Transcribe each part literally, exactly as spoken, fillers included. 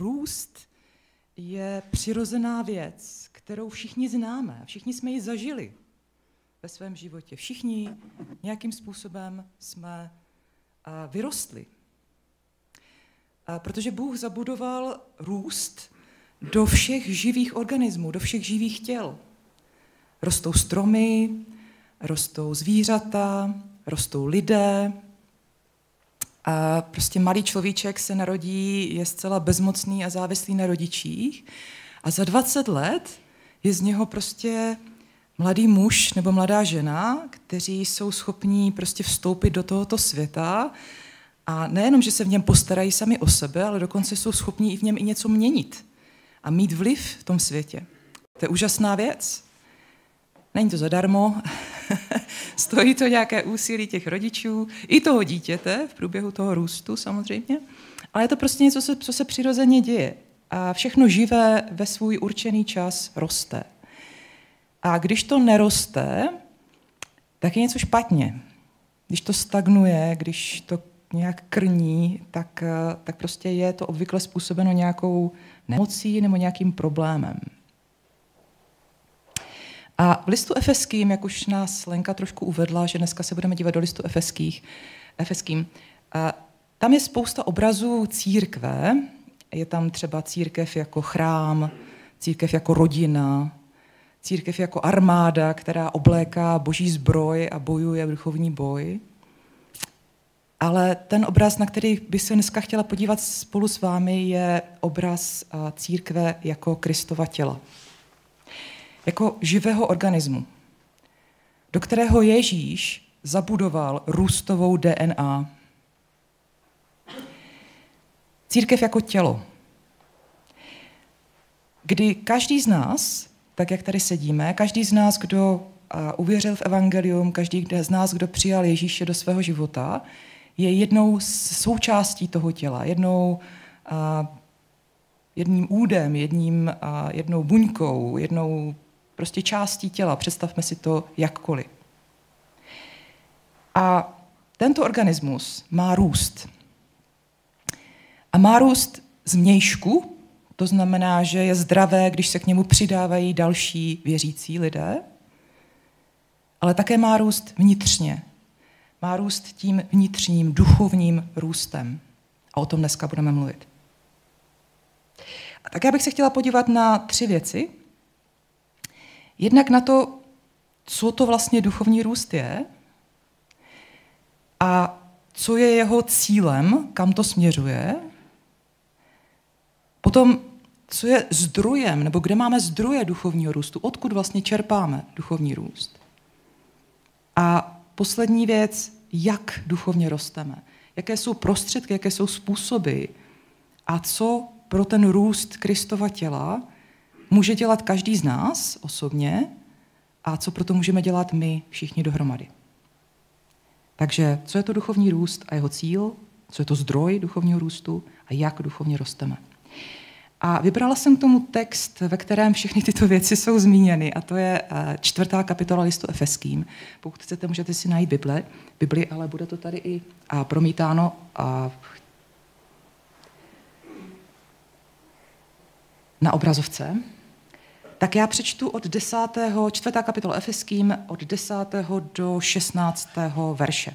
růst je přirozená věc, kterou všichni známe. Všichni jsme ji zažili ve svém životě. Všichni nějakým způsobem jsme vyrostli. Protože Bůh zabudoval růst do všech živých organismů, do všech živých těl. Rostou stromy, rostou zvířata, rostou lidé. A prostě malý človíček se narodí, je zcela bezmocný a závislý na rodičích. A za dvacet let je z něho prostě mladý muž nebo mladá žena, kteří jsou schopní prostě vstoupit do tohoto světa a nejenom, že se v něm postarají sami o sebe, ale dokonce jsou schopní i v něm i něco měnit a mít vliv v tom světě. To je úžasná věc. Není to zadarmo, stojí to nějaké úsilí těch rodičů, i toho dítěte v průběhu toho růstu samozřejmě, ale je to prostě něco, co se přirozeně děje. A všechno živé ve svůj určený čas roste. A když to neroste, tak je něco špatně. Když to stagnuje, když to nějak krní, tak, tak prostě je to obvykle způsobeno nějakou nemocí nebo nějakým problémem. A v listu Efeským, jak už nás Lenka trošku uvedla, že dneska se budeme dívat do listu Efeských, Efeským, tam je spousta obrazů církve. Je tam třeba církev jako chrám, církev jako rodina, církev jako armáda, která obléká boží zbroj a bojuje duchovní boj. Ale ten obraz, na který bych se dneska chtěla podívat spolu s vámi, je obraz církve jako Kristova těla. Jako živého organismu, do kterého Ježíš zabudoval růstovou D N A. Církev jako tělo, kdy každý z nás, tak jak tady sedíme, každý z nás, kdo uvěřil v evangelium, každý z nás, kdo přijal Ježíše do svého života, je jednou součástí toho těla, jednou, jedním údem, jedním, jednou buňkou, jednou prostě částí těla. Představme si to jakkoliv. A tento organismus má růst. A má růst zvnějšku, to znamená, že je zdravé, když se k němu přidávají další věřící lidé, ale také má růst vnitřně. Má růst tím vnitřním, duchovním růstem. A o tom dneska budeme mluvit. A tak já bych se chtěla podívat na tři věci. Jednak na to, co to vlastně duchovní růst je a co je jeho cílem, kam to směřuje. Potom, co je zdrojem, nebo kde máme zdroje duchovního růstu, odkud vlastně čerpáme duchovní růst. A poslední věc, jak duchovně rosteme. Jaké jsou prostředky, jaké jsou způsoby a co pro ten růst Kristova těla může dělat každý z nás osobně a co proto můžeme dělat my všichni dohromady. Takže co je to duchovní růst a jeho cíl, co je to zdroj duchovního růstu a jak duchovně rosteme. A vybrala jsem k tomu text, ve kterém všechny tyto věci jsou zmíněny, a to je čtvrtá kapitola listu Efeským. Pokud chcete, můžete si najít Bible, Bibli, ale bude to tady i a promítáno a na obrazovce. Tak já přečtu od desátého, čtvrtá kapitola Efeským, od desátého do šestnáctého verše.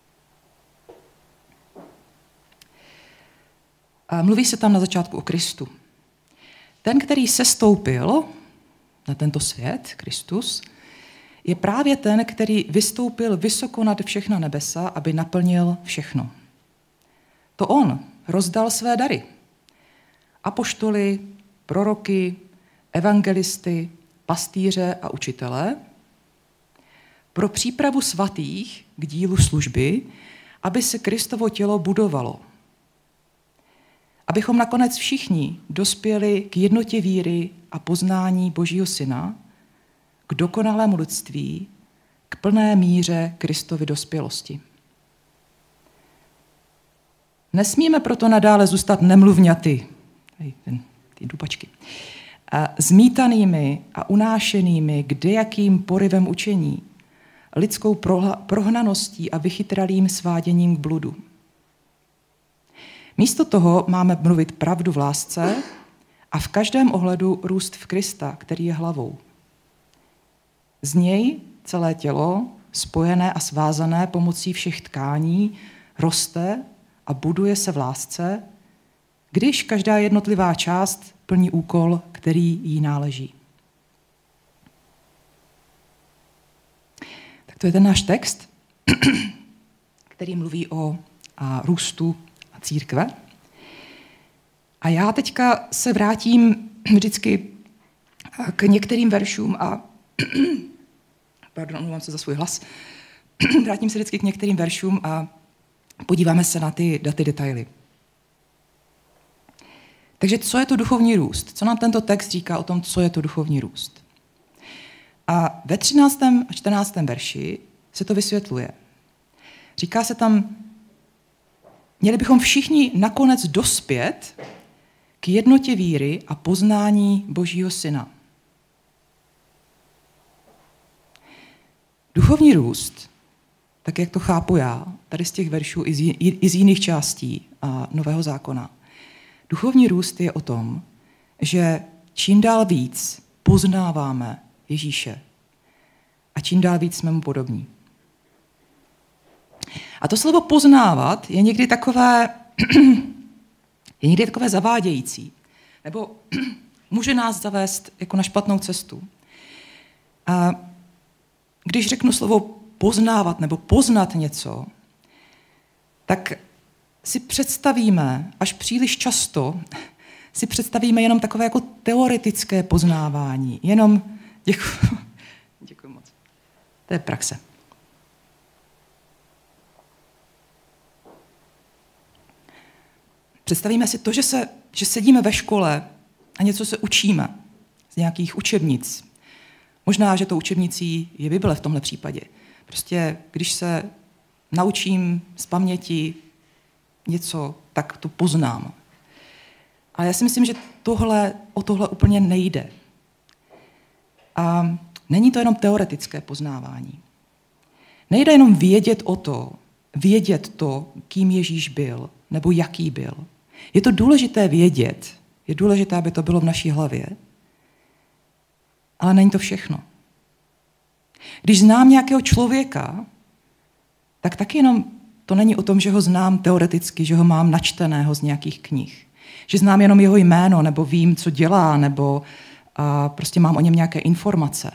A mluví se tam na začátku o Kristu. Ten, který sestoupil na tento svět, Kristus, je právě ten, který vystoupil vysoko nad všechna nebesa, aby naplnil všechno. To on rozdal své dary. Apoštoly, proroky, evangelisty, pastýře a učitele pro přípravu svatých k dílu služby, aby se Kristovo tělo budovalo. Abychom nakonec všichni dospěli k jednotě víry a poznání Božího Syna, k dokonalému lidství, k plné míře Kristovy dospělosti. Nesmíme proto nadále zůstat nemluvňaty, ty dupačky, a zmítanými a unášenými kdejakým porivem učení, lidskou prohnaností a vychytralým sváděním k bludu. Místo toho máme mluvit pravdu v lásce a v každém ohledu růst v Krista, který je hlavou. Z něj celé tělo, spojené a svázané pomocí všech tkání, roste a buduje se v lásce, když každá jednotlivá část plní úkol, který jí náleží. Tak to je ten náš text, který mluví o a, růstu a církve. A já teďka se vrátím vždycky k některým veršům a pardon, omlouvám se za svůj hlas. Vrátím se vždycky k některým veršům a podíváme se na ty, na ty detaily. Takže co je to duchovní růst? Co nám tento text říká o tom, co je to duchovní růst? A ve třináctém a čtrnáctém verši se to vysvětluje. Říká se tam, měli bychom všichni nakonec dospět k jednotě víry a poznání Božího Syna. Duchovní růst, tak jak to chápu já, tady z těch veršů i z, i z jiných částí a Nového zákona, duchovní růst je o tom, že čím dál víc poznáváme Ježíše a čím dál víc jsme mu podobní. A to slovo poznávat je někdy takové, je někdy takové zavádějící, nebo může nás zavést jako na špatnou cestu. A když řeknu slovo poznávat nebo poznat něco, tak si představíme, až příliš často, si představíme jenom takové jako teoretické poznávání. Jenom, děkuji, děkuji moc, to je praxe. Představíme si to, že, se, že sedíme ve škole a něco se učíme z nějakých učebnic. Možná, že to učebnicí je Bible v tomhle případě. Prostě, když se naučím z paměti něco, tak to poznám. Ale já si myslím, že tohle, o tohle úplně nejde. A není to jenom teoretické poznávání. Nejde jenom vědět o to, vědět to, kým Ježíš byl, nebo jaký byl. Je to důležité vědět, je důležité, aby to bylo v naší hlavě, ale není to všechno. Když znám nějakého člověka, tak taky jenom to není o tom, že ho znám teoreticky, že ho mám načteného z nějakých knih. Že znám jenom jeho jméno, nebo vím, co dělá, nebo a prostě mám o něm nějaké informace.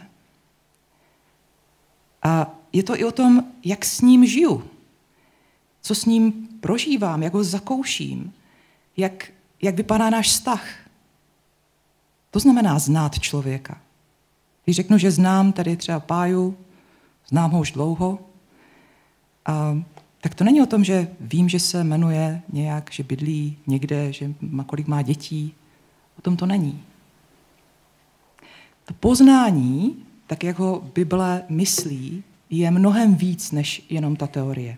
A je to i o tom, jak s ním žiju, co s ním prožívám, jak ho zakouším, jak, jak vypadá náš vztah. To znamená znát člověka. Když řeknu, že znám tady třeba Páju, znám ho už dlouho, a, tak to není o tom, že vím, že se jmenuje nějak, že bydlí někde, že má, kolik má dětí. O tom to není. To poznání, tak jak ho Bible myslí, je mnohem víc než jenom ta teorie.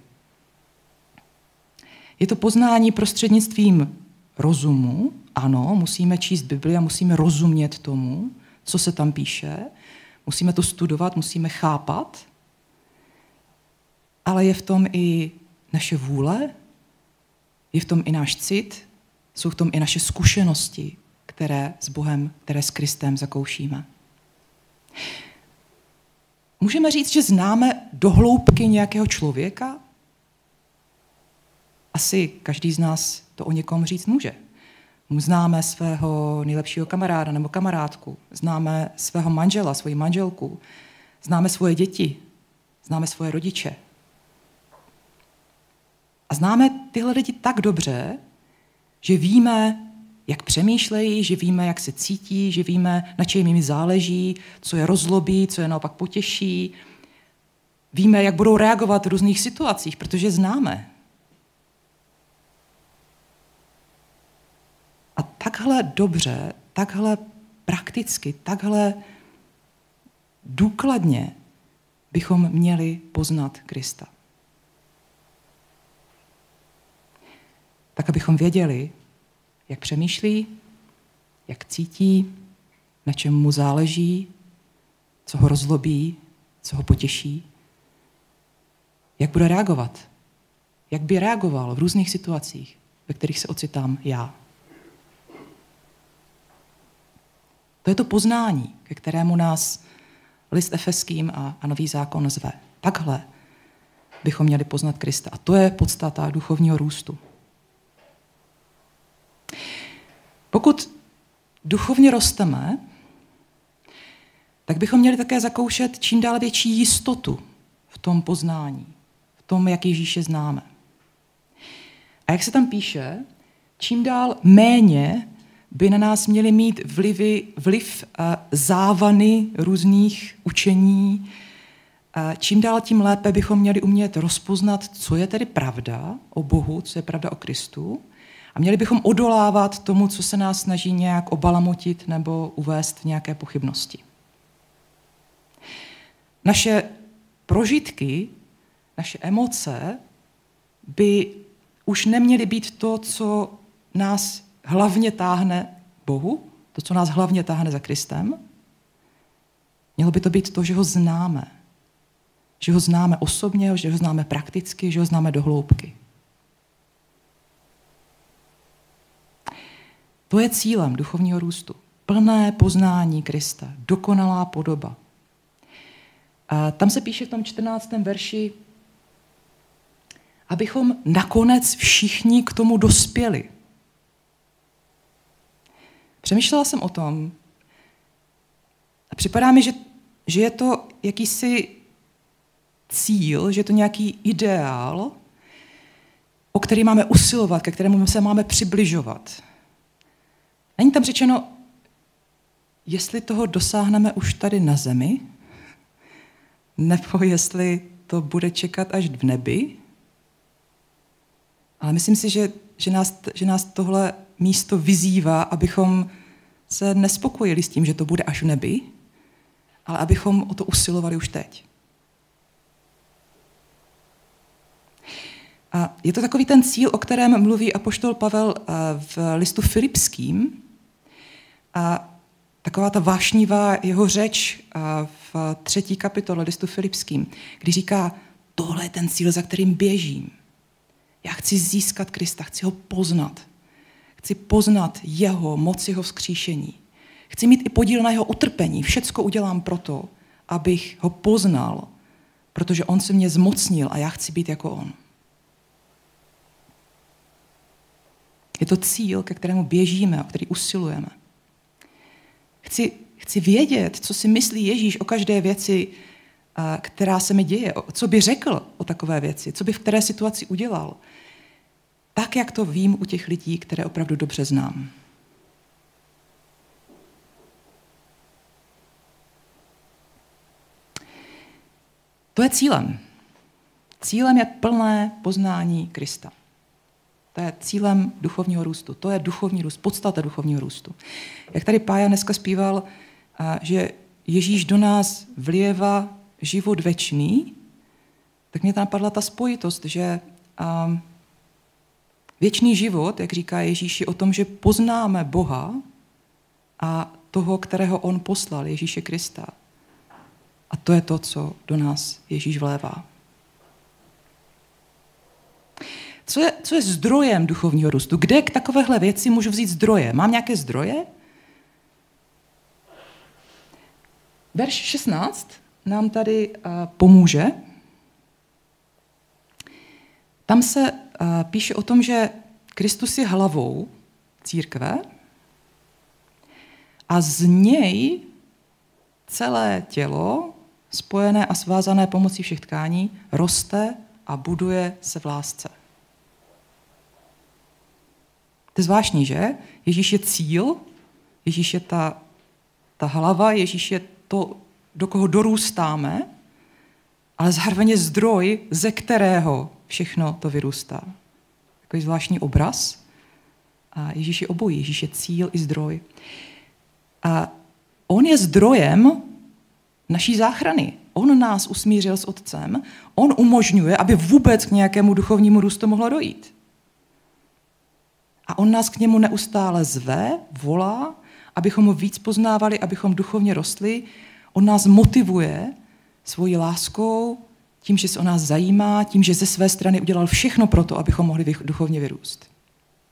Je to poznání prostřednictvím rozumu. Ano, musíme číst Bibli a musíme rozumět tomu, co se tam píše. Musíme to studovat, musíme chápat. Ale je v tom i naše vůle, je v tom i náš cit, jsou v tom i naše zkušenosti, které s Bohem, které s Kristem zakoušíme. Můžeme říct, že známe do hloubky nějakého člověka? Asi každý z nás to o někom říct může. Známe svého nejlepšího kamaráda nebo kamarádku, známe svého manžela, svoji manželku, známe svoje děti, známe svoje rodiče. A známe tyhle lidi tak dobře, že víme, jak přemýšlejí, že víme, jak se cítí, že víme, na čem jim záleží, co je rozlobí, co je naopak potěší. Víme, jak budou reagovat v různých situacích, protože známe. A takhle dobře, takhle prakticky, takhle důkladně bychom měli poznat Krista. Tak, abychom věděli, jak přemýšlí, jak cítí, na čem mu záleží, co ho rozlobí, co ho potěší, jak bude reagovat, jak by reagoval v různých situacích, ve kterých se ocitám já. To je to poznání, ke kterému nás list Efeským a, a Nový zákon zve. Takhle bychom měli poznat Krista. A to je podstata duchovního růstu. Pokud duchovně rosteme, tak bychom měli také zakoušet čím dál větší jistotu v tom poznání, v tom, jak Ježíše známe. A jak se tam píše, čím dál méně by na nás měly mít vlivy, vliv závany různých učení. Čím dál tím lépe bychom měli umět rozpoznat, co je tedy pravda o Bohu, co je pravda o Kristu. A měli bychom odolávat tomu, co se nás snaží nějak obalamotit nebo uvést v nějaké pochybnosti. Naše prožitky, naše emoce by už neměly být to, co nás hlavně táhne Bohu, to, co nás hlavně táhne za Kristem. Mělo by to být to, že ho známe. Že ho známe osobně, že ho známe prakticky, že ho známe do hloubky. To je cílem duchovního růstu. Plné poznání Krista, dokonalá podoba. A tam se píše v tom čtrnáctém verši, abychom nakonec všichni k tomu dospěli. Přemýšlela jsem o tom a připadá mi, že, že je to jakýsi cíl, že je to nějaký ideál, o který máme usilovat, ke kterému se máme přibližovat. Není tam řečeno, jestli toho dosáhneme už tady na zemi, nebo jestli to bude čekat až v nebi. Ale myslím si, že, že, nás, že nás tohle místo vyzývá, abychom se nespokojili s tím, že to bude až v nebi, ale abychom o to usilovali už teď. A je to takový ten cíl, o kterém mluví apoštol Pavel v listu Filipským. A taková ta vášnivá jeho řeč v třetí kapitole listu Filipským, kdy říká, tohle je ten cíl, za kterým běžím. Já chci získat Krista, chci ho poznat. Chci poznat jeho moc, jeho vzkříšení. Chci mít i podíl na jeho utrpení. Všecko udělám proto, abych ho poznal, protože on se mě zmocnil a já chci být jako on. Je to cíl, ke kterému běžíme, o který usilujeme. Chci, chci vědět, co si myslí Ježíš o každé věci, která se mi děje, co by řekl o takové věci, co by v které situaci udělal. Tak, jak to vím u těch lidí, které opravdu dobře znám. To je cílem. Cílem je plné poznání Krista. To je cílem duchovního růstu. To je duchovní růst, podstata duchovního růstu. Jak tady Pája dneska zpíval, že Ježíš do nás vlieva život večný, tak mě tam napadla ta spojitost, že věčný život, jak říká Ježíš, je o tom, že poznáme Boha a toho, kterého on poslal, Ježíše Krista. A to je to, co do nás Ježíš vlévá. Co je, co je zdrojem duchovního růstu? Kde k takovéhle věci můžu vzít zdroje? Mám nějaké zdroje? Verš šestnáct nám tady uh, pomůže. Tam se uh, píše o tom, že Kristus je hlavou církve a z něj celé tělo, spojené a svázané pomocí všech tkání, roste a buduje se v lásce. To je zvláštní, že? Ježíš je cíl, Ježíš je ta, ta hlava, Ježíš je to, do koho dorůstáme, ale zároveň je zdroj, ze kterého všechno to vyrůstá. Takový zvláštní obraz. A Ježíš je obojí, Ježíš je cíl i zdroj. A on je zdrojem naší záchrany. On nás usmířil s Otcem, on umožňuje, aby vůbec k nějakému duchovnímu růstu mohlo dojít. A on nás k němu neustále zve, volá, abychom ho víc poznávali, abychom duchovně rostli. On nás motivuje svojí láskou, tím, že se o nás zajímá, tím, že ze své strany udělal všechno pro to, abychom mohli duchovně vyrůst.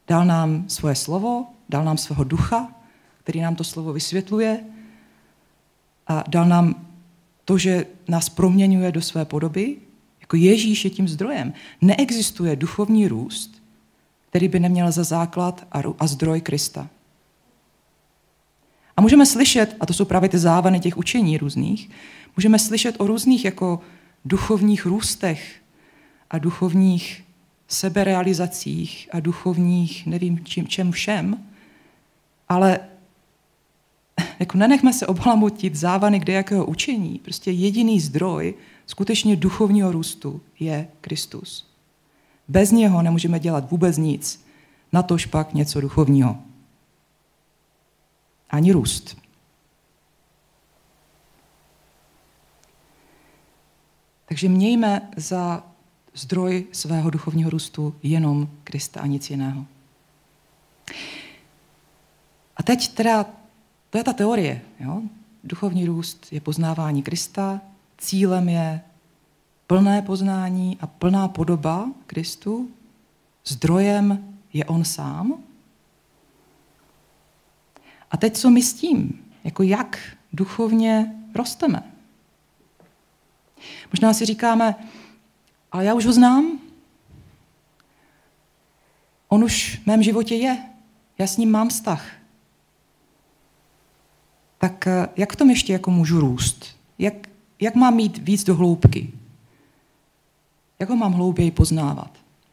Dal nám svoje slovo, dal nám svého ducha, který nám to slovo vysvětluje a dal nám to, že nás proměňuje do své podoby. Jako Ježíš je tím zdrojem. Neexistuje duchovní růst, který by neměl za základ a zdroj Krista. A můžeme slyšet, a to jsou právě ty závany těch učení různých, můžeme slyšet o různých jako duchovních růstech a duchovních seberealizacích a duchovních, nevím čím, čem všem, ale jako nenechme se oblamotit závany kdejakého učení. Prostě jediný zdroj skutečně duchovního růstu je Kristus. Bez něho nemůžeme dělat vůbec nic, natož pak něco duchovního. Ani růst. Takže mějme za zdroj svého duchovního růstu jenom Krista a nic jiného. A teď teda, to je ta teorie. Jo? Duchovní růst je poznávání Krista, cílem je plné poznání a plná podoba Kristu, zdrojem je on sám. A teď co my s tím? Jako jak duchovně rosteme? Možná si říkáme, ale já už ho znám. On už v mém životě je. Já s ním mám vztah. Tak jak v tom ještě jako můžu růst? Jak, jak mám jít víc do hloubky? Jak ho mám hlouběji poznávat?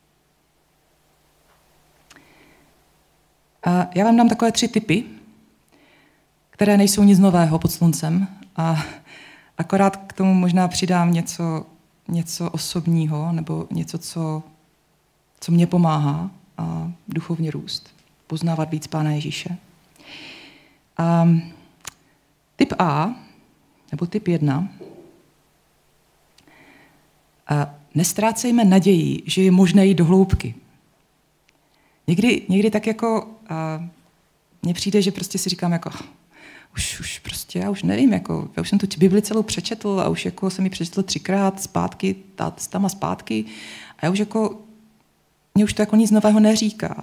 A já vám dám takové tři tipy, které nejsou nic nového pod sluncem a akorát k tomu možná přidám něco, něco osobního nebo něco, co, co mě pomáhá a duchovně růst, poznávat víc Pána Ježíše. A tip A, nebo tip jedna, a nestrácejme naději, že je možné jít do hloubky. Někdy, někdy tak jako mně přijde, že prostě si říkám jako už, už prostě, já už nevím, jako, já už jsem tu Bibli celou přečetl a už jako jsem ji přečetl třikrát zpátky, tam a zpátky a já už jako, mě už to jako nic nového neříká.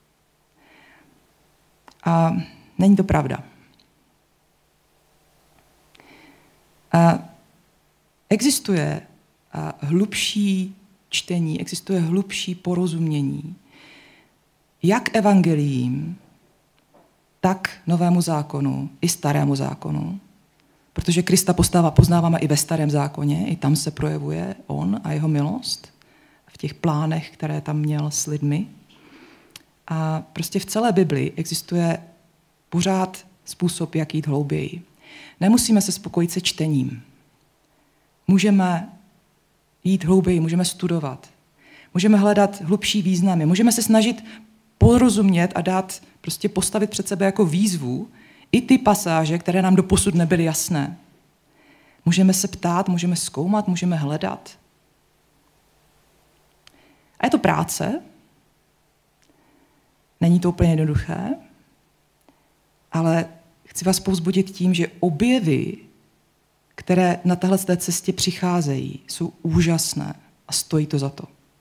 A není to pravda. A existuje a hlubší čtení, existuje hlubší porozumění, jak evangeliím, tak novému zákonu i starému zákonu, protože Krista postava poznáváme i ve starém zákoně, i tam se projevuje on a jeho milost v těch plánech, které tam měl s lidmi. A prostě v celé Bibli existuje pořád způsob, jak jít hlouběji. Nemusíme se spokojit se čtením. Můžeme jít hlouběji, můžeme studovat. Můžeme hledat hlubší významy. Můžeme se snažit porozumět a dát, prostě postavit před sebe jako výzvu i ty pasáže, které nám doposud nebyly jasné. Můžeme se ptát, můžeme zkoumat, můžeme hledat. A je to práce. Není to úplně jednoduché, ale chci vás povzbudit tím, že objevy, které na téhle cestě přicházejí, jsou úžasné a stojí to za to.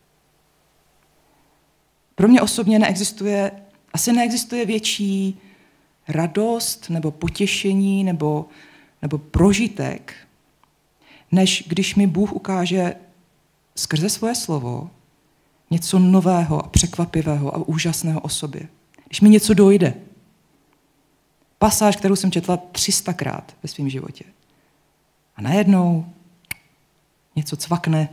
Pro mě osobně neexistuje, asi neexistuje větší radost nebo potěšení nebo, nebo prožitek, než když mi Bůh ukáže skrze svoje slovo něco nového a překvapivého a úžasného o sobě. Když mi něco dojde. Pasáž, kterou jsem četla tři sta krát ve svém životě. A najednou něco cvakne.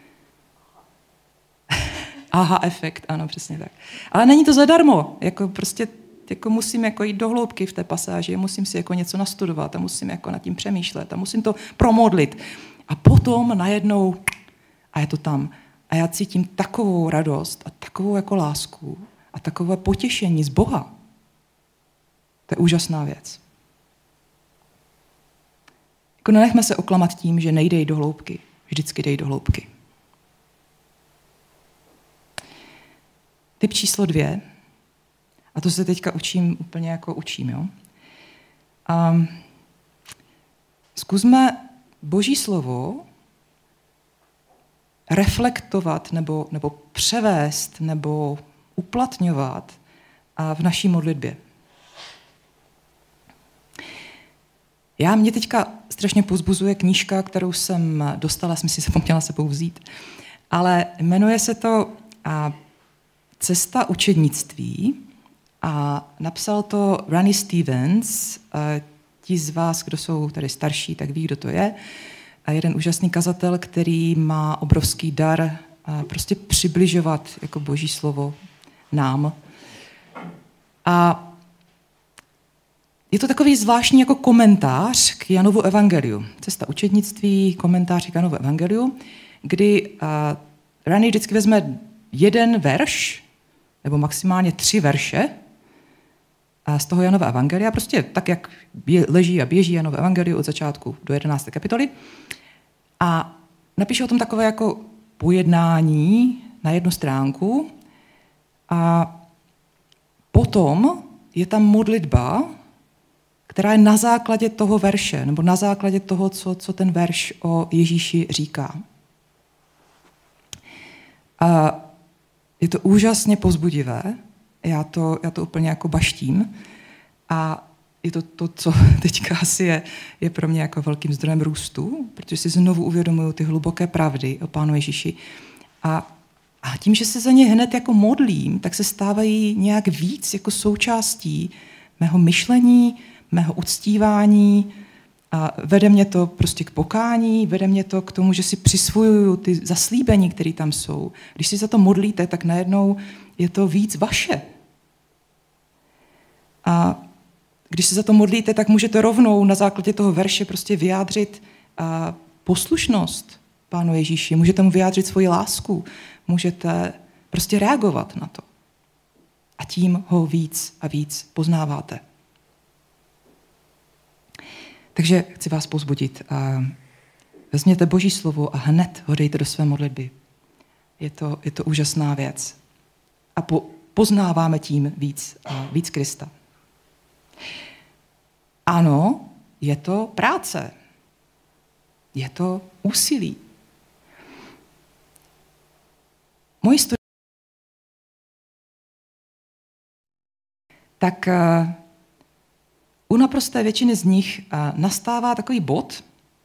Aha, efekt, ano, přesně tak. Ale není to zadarmo. Jako prostě jako musím jako jít do hloubky v té pasáži, musím si jako něco nastudovat a musím jako nad tím přemýšlet a musím to promodlit. A potom najednou, a je to tam. A já cítím takovou radost a takovou jako lásku a takové potěšení z Boha. To je úžasná věc. Jako nenechme se oklamat tím, že nejde jít do hloubky. Vždycky dej do hloubky. Tip číslo dvě, a to se teďka učím úplně jako učím, jo. A zkusme Boží slovo reflektovat nebo, nebo převést nebo uplatňovat v naší modlitbě. Já mě teďka strašně povzbuzuje knížka, kterou jsem dostala, jsem si zapomněla sebou vzít, ale jmenuje se to Cesta učednictví a napsal to Ronnie Stevens. Ti z vás, kdo jsou tady starší, tak ví, kdo to je. A jeden úžasný kazatel, který má obrovský dar prostě přibližovat jako Boží slovo nám. A je to takový zvláštní jako komentář k Janovu evangeliu. Cesta učednictví, komentář k Janovu evangeliu, kdy uh, Rani vždycky vezme jeden verš, nebo maximálně tři verše uh, z toho Janova evangelia, prostě tak, jak bě, leží a běží Janové evangeliu od začátku do jedenácté kapitoly. A napíše o tom takové jako pojednání na jednu stránku a potom je tam modlitba, která je na základě toho verše, nebo na základě toho, co, co ten verš o Ježíši říká. A je to úžasně povzbudivé, já to, já to úplně jako baštím a je to to, co teďka asi je, je pro mě jako velkým zdrojem růstu, protože si znovu uvědomuju ty hluboké pravdy o Pánu Ježíši. A, a tím, že se za ně hned jako modlím, tak se stávají nějak víc jako součástí mého myšlení, mého uctívání, a vede mě to prostě k pokání, vede mě to k tomu, že si přisvojuju ty zaslíbení, které tam jsou. Když si za to modlíte, tak najednou je to víc vaše. A když se za to modlíte, tak můžete rovnou na základě toho verše prostě vyjádřit a, poslušnost Pánu Ježíši, můžete mu vyjádřit svoji lásku, můžete prostě reagovat na to. A tím ho víc a víc poznáváte. Takže chci vás povzbudit. Vezměte Boží slovo a hned ho dejte do své modlitby. Je to, je to úžasná věc. A po, poznáváme tím víc, víc Krista. Ano, je to práce. Je to úsilí. Moji studenti, tak u naprosté většiny z nich nastává takový bod,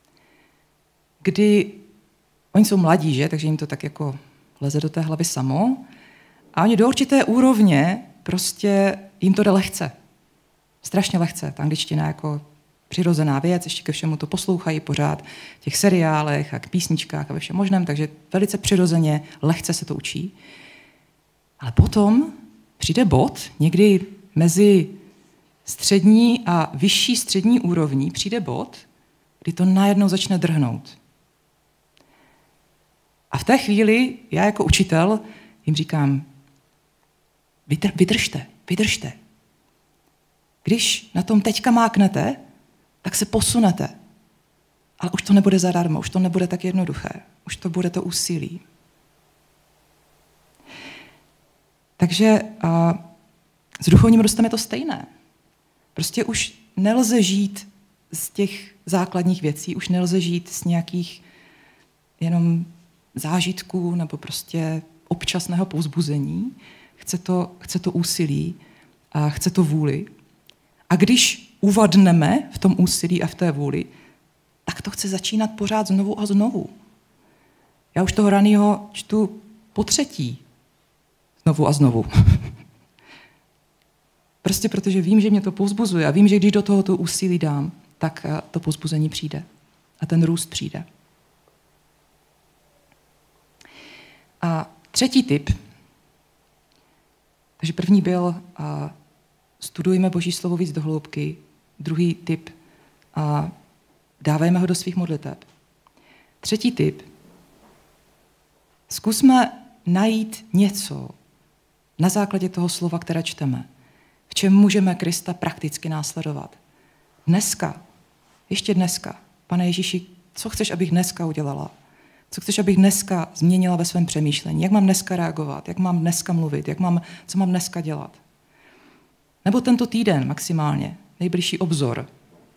kdy oni jsou mladí, že? Takže jim to tak jako leze do té hlavy samo a oni do určité úrovně prostě jim to jde lehce. Strašně lehce. Ta angličtina jako přirozená věc, ještě ke všemu to poslouchají pořád v těch seriálech a k písničkách a ve všem možném, takže velice přirozeně, lehce se to učí. Ale potom přijde bod, někdy mezi střední a vyšší střední úrovní přijde bod, kdy to najednou začne drhnout. A v té chvíli já jako učitel jim říkám, vydržte, vydržte. Když na tom teďka máknete, tak se posunete. Ale už to nebude zadarmo, už to nebude tak jednoduché. Už to bude to úsilí. Takže a, s duchovním růstem je to stejné. Prostě už nelze žít z těch základních věcí, už nelze žít z nějakých jenom zážitků nebo prostě občasného povzbuzení. Chce to, chce to úsilí a chce to vůli. A když uvadneme v tom úsilí a v té vůli, tak to chce začínat pořád znovu a znovu. Já už toho Raniho čtu po třetí. Znovu a znovu. Prostě protože vím, že mě to povzbuzuje a vím, že když do tohoto úsilí dám, tak to povzbuzení přijde. A ten růst přijde. A třetí tip. Takže první byl a studujme Boží slovo víc do hloubky. Druhý tip, a dávejme ho do svých modliteb. Třetí tip, zkusme najít něco na základě toho slova, které čteme, v čem můžeme Krista prakticky následovat. Dneska, ještě dneska, Pane Ježíši, co chceš, abych dneska udělala? Co chceš, abych dneska změnila ve svém přemýšlení? Jak mám dneska reagovat? Jak mám dneska mluvit? Jak mám, co mám dneska dělat? Nebo tento týden maximálně, nejbližší obzor.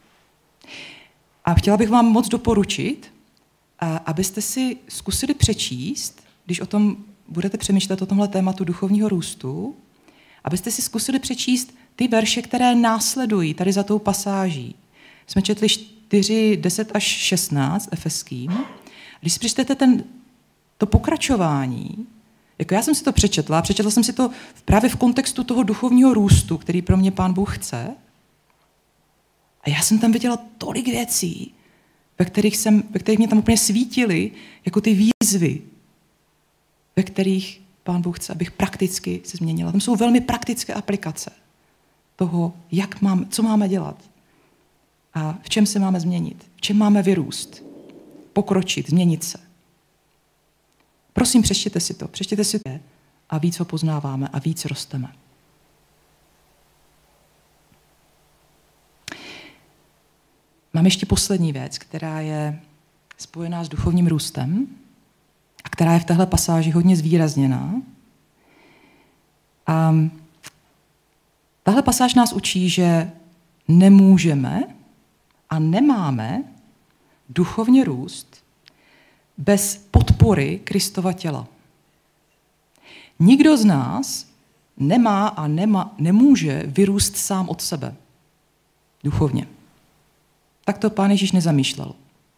A chtěla bych vám moc doporučit, abyste si zkusili přečíst, když o tom budete přemýšlet o tomhle tématu duchovního růstu, abyste si zkusili přečíst ty verše, které následují tady za tou pasáží. Jsme četli čtyři, deset až šestnáct Efeským. Když si přečtete ten, to pokračování, jako já jsem si to přečetla, přečetla jsem si to právě v kontextu toho duchovního růstu, který pro mě Pán Bůh chce. A já jsem tam viděla tolik věcí, ve kterých, jsem, ve kterých mě tam úplně svítily, jako ty výzvy, ve kterých Pán Bůh chce, abych prakticky se změnila. Tam jsou velmi praktické aplikace toho, jak mám, co máme dělat a v čem se máme změnit, v čem máme vyrůst, pokročit, změnit se. Prosím, přečtěte si to, přečtěte si to a víc ho poznáváme a víc rosteme. Mám ještě poslední věc, která je spojená s duchovním růstem a která je v téhle pasáži hodně zvýrazněná. A tahle pasáž nás učí, že nemůžeme a nemáme duchovně růst bez podpory Kristova těla. Nikdo z nás nemá a nema, nemůže vyrůst sám od sebe duchovně. Tak to Pán Ježíš nezamýšlel.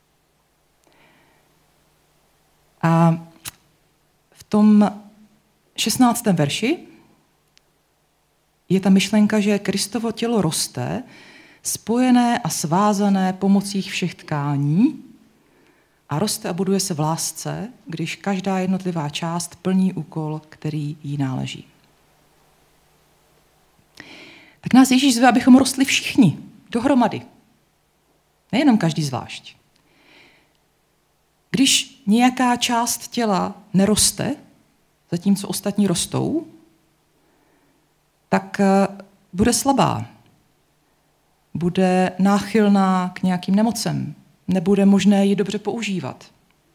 A v tom šestnáctém verši je ta myšlenka, že Kristovo tělo roste, spojené a svázané pomocí všech tkání a roste a buduje se v lásce, když každá jednotlivá část plní úkol, který jí náleží. Tak nás Ježíš zve, abychom rostli všichni dohromady. Nejenom každý zvlášť. Když nějaká část těla neroste, zatímco ostatní rostou, tak bude slabá. Bude náchylná k nějakým nemocem. Nebude možné ji dobře používat.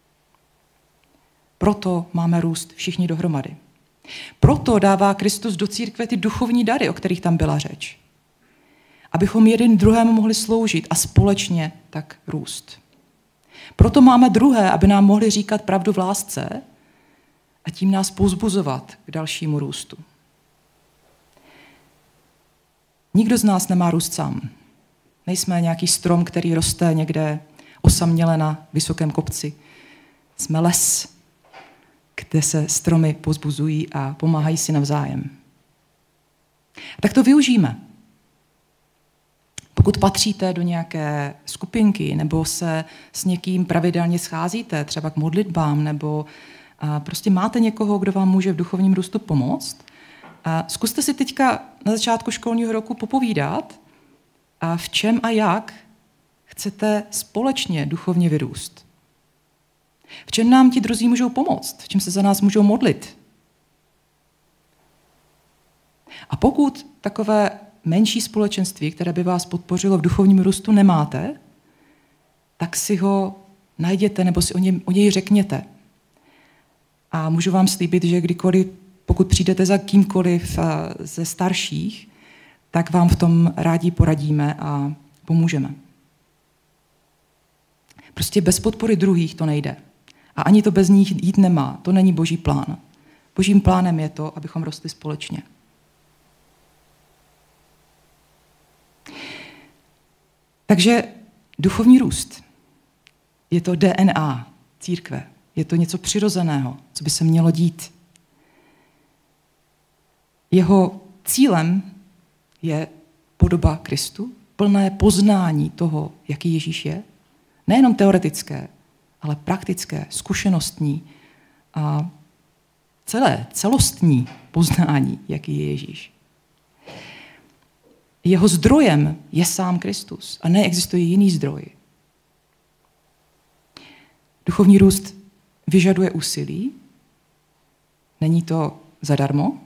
Proto máme růst všichni dohromady. Proto dává Kristus do církve ty duchovní dary, o kterých tam byla řeč. Abychom jeden druhému mohli sloužit a společně tak růst. Proto máme druhé, aby nám mohli říkat pravdu v lásce a tím nás povzbuzovat k dalšímu růstu. Nikdo z nás nemá růst sám. Nejsme nějaký strom, který roste někde osaměle na vysokém kopci. Jsme les, kde se stromy povzbuzují a pomáhají si navzájem. Tak to využijeme. Pokud patříte do nějaké skupinky nebo se s někým pravidelně scházíte, třeba k modlitbám, nebo prostě máte někoho, kdo vám může v duchovním růstu pomoct, a zkuste si teďka na začátku školního roku popovídat, a v čem a jak chcete společně duchovně vyrůst. V čem nám ti druzí můžou pomoct, v čem se za nás můžou modlit. A pokud takové menší společenství, které by vás podpořilo v duchovním růstu, nemáte, tak si ho najděte nebo si o něj, o něj řekněte. A můžu vám slíbit, že kdykoliv, pokud přijdete za kýmkoliv ze starších, tak vám v tom rádi poradíme a pomůžeme. Prostě bez podpory druhých to nejde. A ani to bez nich jít nemá. To není Boží plán. Božím plánem je to, abychom rostli společně. Takže duchovní růst je to D N A církve. Je to něco přirozeného, co by se mělo dít. Jeho cílem je podoba Kristu, plné poznání toho, jaký Ježíš je. Nejenom teoretické, ale praktické, zkušenostní a celé, celostní poznání, jaký je Ježíš. Jeho zdrojem je sám Kristus a neexistuje jiný zdroj. Duchovní růst vyžaduje úsilí, není to zadarmo,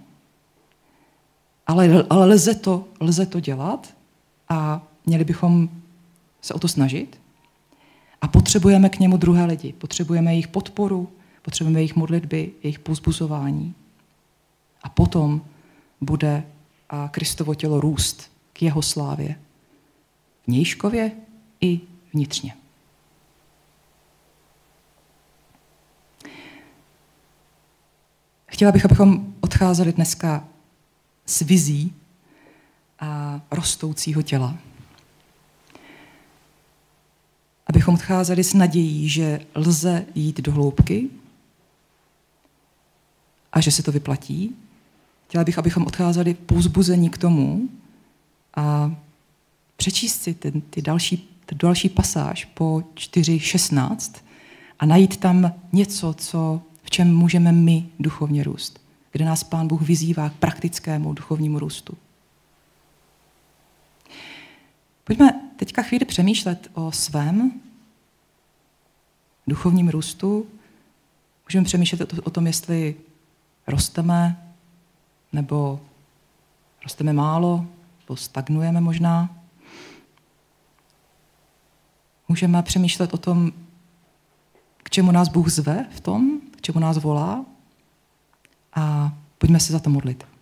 ale, ale lze, to, lze to dělat a měli bychom se o to snažit. A potřebujeme k němu druhé lidi. Potřebujeme jejich podporu, potřebujeme jejich modlitby, jejich povzbuzování. A potom bude Kristovo tělo růst k jeho slávě. Vnějškově i vnitřně. chtěla bych, abychom odcházeli dneska s vizí a rostoucího těla. Abychom odcházeli s nadějí, že lze jít do hloubky a že se to vyplatí. Chtěla bych, abychom odcházeli povzbuzení k tomu a přečíst si ten, ty další, ty další pasáž po čtyři šestnáct a najít tam něco, co, v čem můžeme my duchovně růst, kde nás Pán Bůh vyzývá k praktickému duchovnímu růstu. Pojďme teďka chvíli přemýšlet o svém duchovním růstu. Můžeme přemýšlet o tom, jestli rosteme, nebo rosteme málo, nebo stagnujeme možná. Můžeme přemýšlet o tom, k čemu nás Bůh zve v tom, k čemu nás volá, a pojďme se za to modlit.